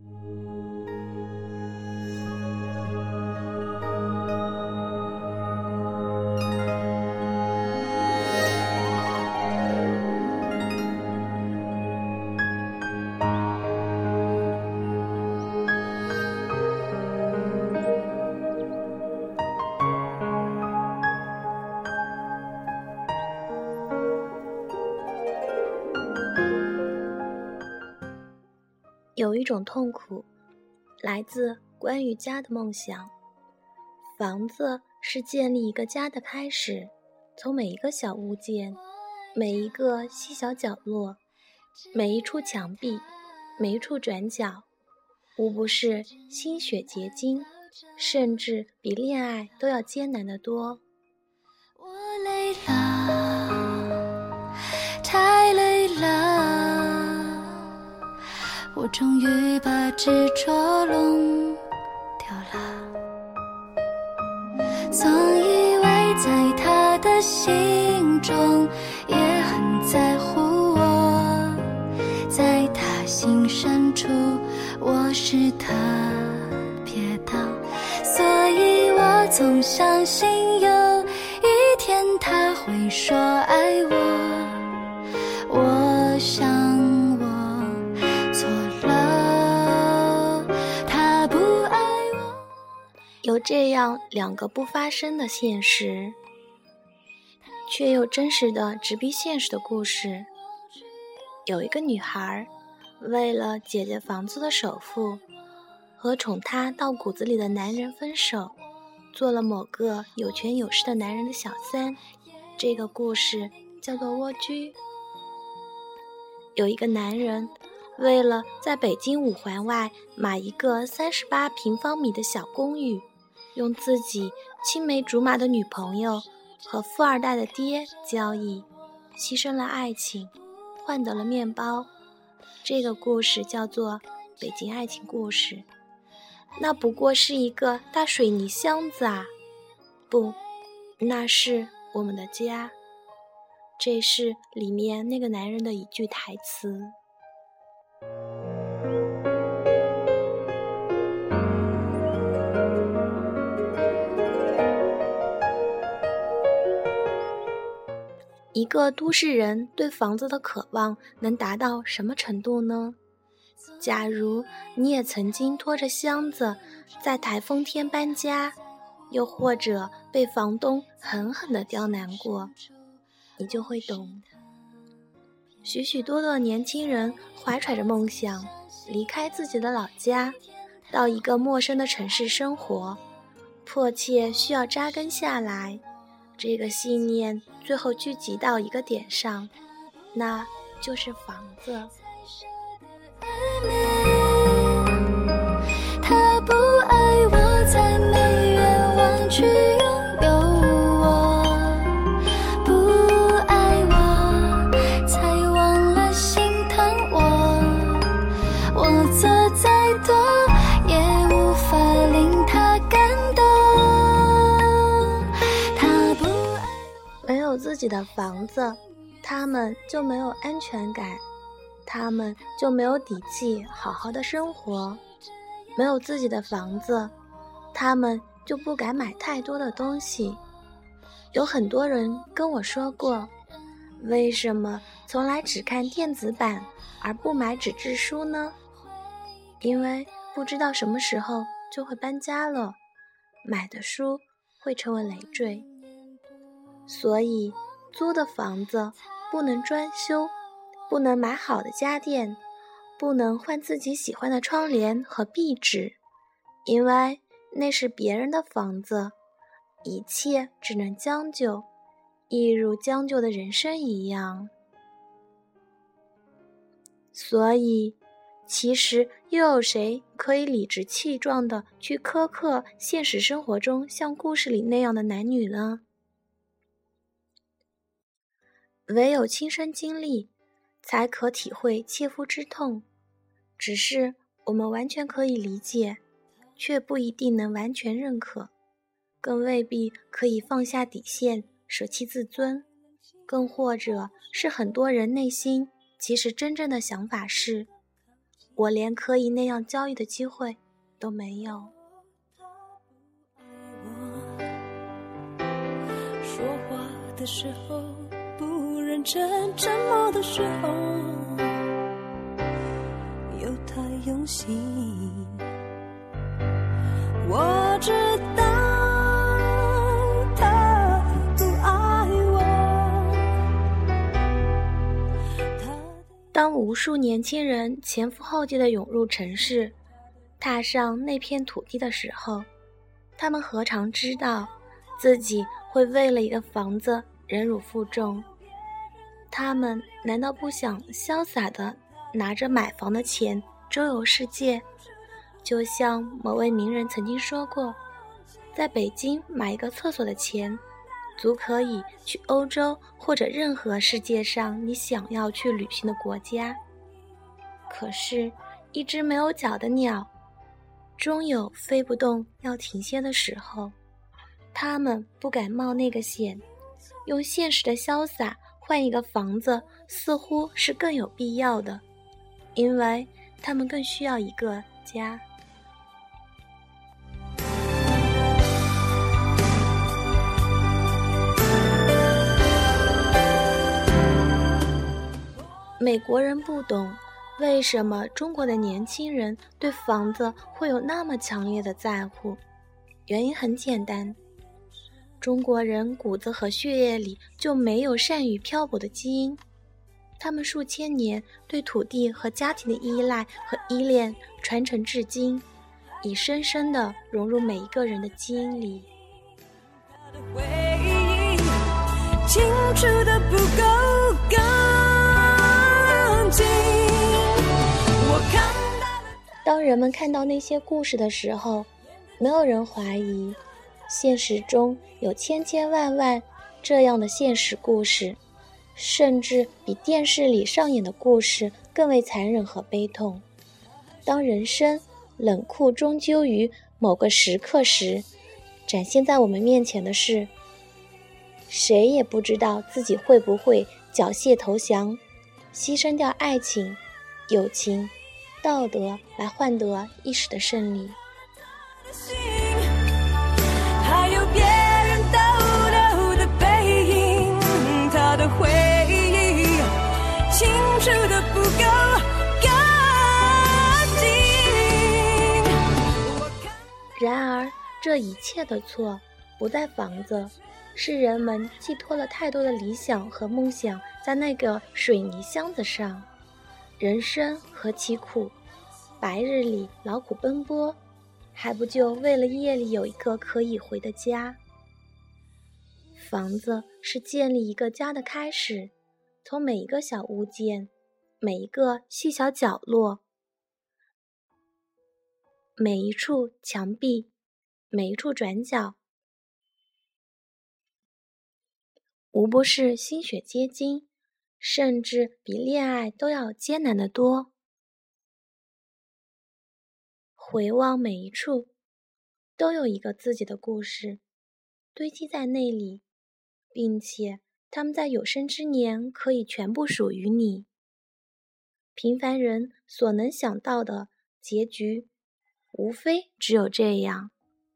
有一种痛苦，来自关于家的梦想。房子是建立一个家的开始，从每一个小物件，每一个细小角落，每一处墙壁，每一处转角，无不是心血结晶，甚至比恋爱都要艰难得多。 我累了，太累了，我终于把执着弄掉了。总以为在他的心中也很在乎我，在他心深处我是特别的，所以我总相信有一天他会说爱我。我想我错了，他不爱我。 有这样两个不发生的现实，却又真实的直逼现实的故事。有一个女孩，为了姐姐房子的首付，和宠她到骨子里的男人分手，做了某个有权有势的男人的小三。这个故事叫做蜗居。有一个男人，为了在北京五环外买一个38平方米的小公寓，用自己青梅竹马的女朋友和富二代的爹交易，牺牲了爱情，换得了面包。这个故事叫做北京爱情故事。那不过是一个大水泥箱子啊，不，那是我们的家。这是里面那个男人的一句台词。一个都市人对房子的渴望能达到什么程度呢？假如你也曾经拖着箱子在台风天搬家，又或者被房东狠狠地刁难过，你就会懂。许许多多年轻人怀揣着梦想，离开自己的老家，到一个陌生的城市生活，迫切需要扎根下来。这个信念最后聚集到一个点上，那就是房子。 他不爱我，才没愿望去拥有我，不爱我，才忘了心疼我。我做再多，也无法令他感动。他不爱我， 没有自己的房子，他们就没有安全感，他们就没有底气好好的生活。没有自己的房子，他们就不敢买太多的东西。有很多人跟我说过，为什么从来只看电子版而不买纸质书呢？因为不知道什么时候就会搬家了，买的书会成为累赘。所以租的房子不能装修，不能买好的家电，不能换自己喜欢的窗帘和壁纸，因为那是别人的房子，一切只能将就，一如将就的人生一样。所以，其实又有谁可以理直气壮地去苛刻现实生活中像故事里那样的男女呢？唯有亲身经历，才可体会切肤之痛。只是我们完全可以理解，却不一定能完全认可，更未必可以放下底线，舍弃自尊，更或者是很多人内心其实真正的想法是， 我连可以那样交易的机会都没有。 说话的时候不认真，沉默的时候又太用心。我知道他不爱我。 当无数年轻人前赴后继地涌入城市，踏上那片土地的时候，他们何尝知道自己会为了一个房子忍辱负重？他们难道不想潇洒地拿着买房的钱周游世界？就像某位名人曾经说过，在北京买一个厕所的钱，足可以去欧洲或者任何世界上你想要去旅行的国家。可是，一只没有脚的鸟，终有飞不动要停歇的时候。他们不敢冒那个险，用现实的潇洒换一个房子，似乎是更有必要的，因为他们更需要一个家。美国人不懂为什么中国的年轻人对房子会有那么强烈的在乎，原因很简单，中国人骨子和血液里就没有善于漂泊的基因，他们数千年对土地和家庭的依赖和依恋传承至今，已深深地融入每一个人的基因里。 清楚的不够干净。 当人们看到那些故事的时候，没有人怀疑现实中有千千万万这样的现实故事，甚至比电视里上演的故事更为残忍和悲痛。当人生冷酷终究于某个时刻时，展现在我们面前的是，谁也不知道自己会不会缴械投降，牺牲掉爱情、友情、道德来换得一时的胜利。 还有别人逗留的背影，他的回忆清楚的不够干净。 然而这一切的错不在房子，是人们寄托了太多的理想和梦想在那个水泥箱子上。人生何其苦，白日里劳苦奔波，还不就为了夜里有一个可以回的家。房子是建立一个家的开始，从每一个小物件，每一个细小角落，每一处墙壁，每一处转角，无不是心血结晶，甚至比恋爱都要艰难得多。回望每一处，都有一个自己的故事堆积在那里，并且他们在有生之年可以全部属于你。平凡人所能想到的结局，无非只有这样。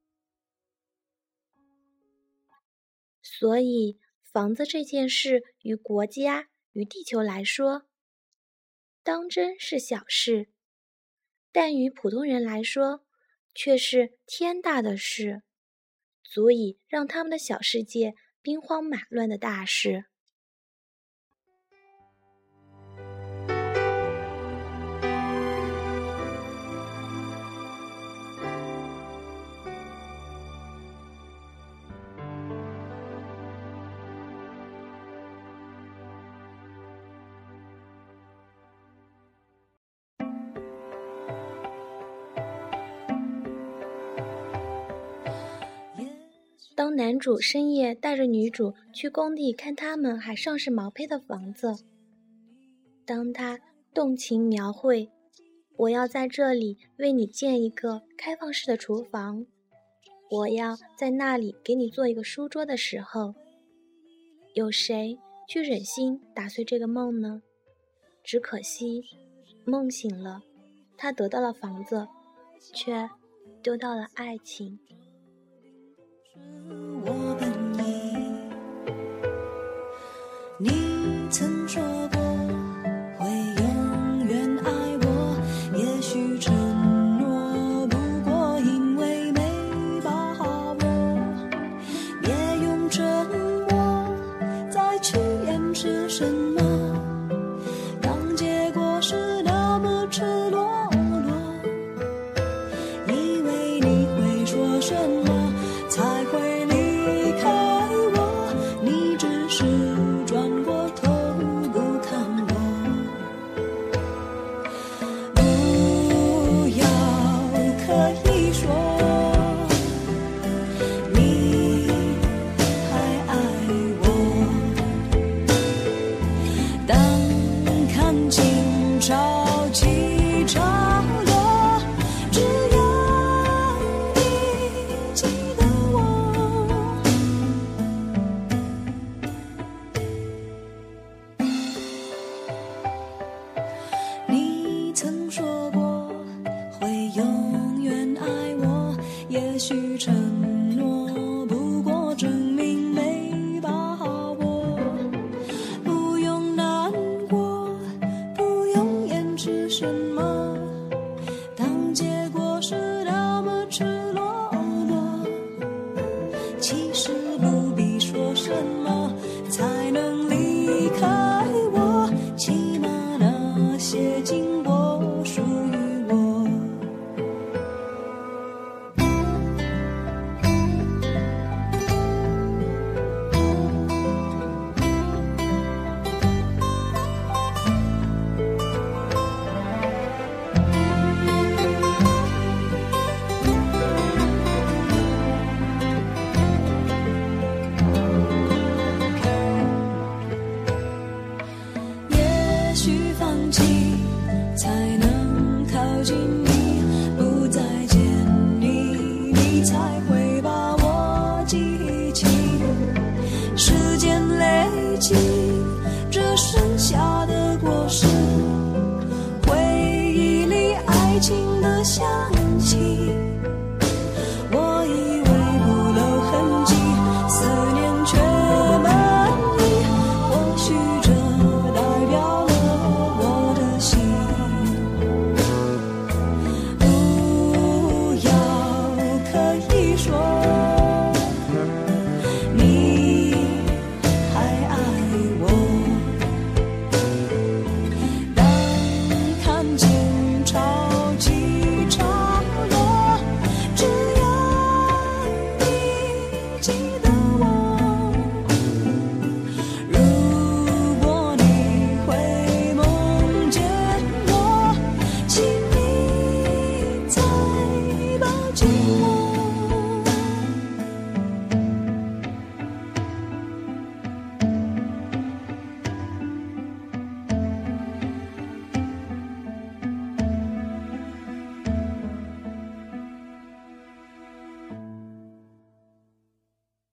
所以房子这件事于国家于地球来说，当真是小事，但于普通人来说却是天大的事，足以让他们的小世界兵荒马乱的大事。当男主深夜带着女主去工地看他们还尚是毛坯的房子，当他动情描绘，我要在这里为你建一个开放式的厨房，我要在那里给你做一个书桌的时候，有谁去忍心打碎这个梦呢？只可惜梦醒了， 他得到了房子，却丢掉了爱情。 我本意，你曾说过会永远爱我，也许承诺不过因为没把握，别用沉默再去掩饰什么，当结果是那么赤裸裸，以为你会说什么才会离开我，你只是转过头不看我，不要刻意说你还爱我，当看清潮起潮落，只要你记得我。你曾说过会永远爱我，也许承诺不过证明没把握，不用难过，不用掩饰什么，当结果是那么赤裸裸，其实不必说什么才能离开我，起码那些经过属于我。也许放弃才能靠近你，不再见你，你才会把我记起。时间累积这剩下的果实，回忆里爱情的香气。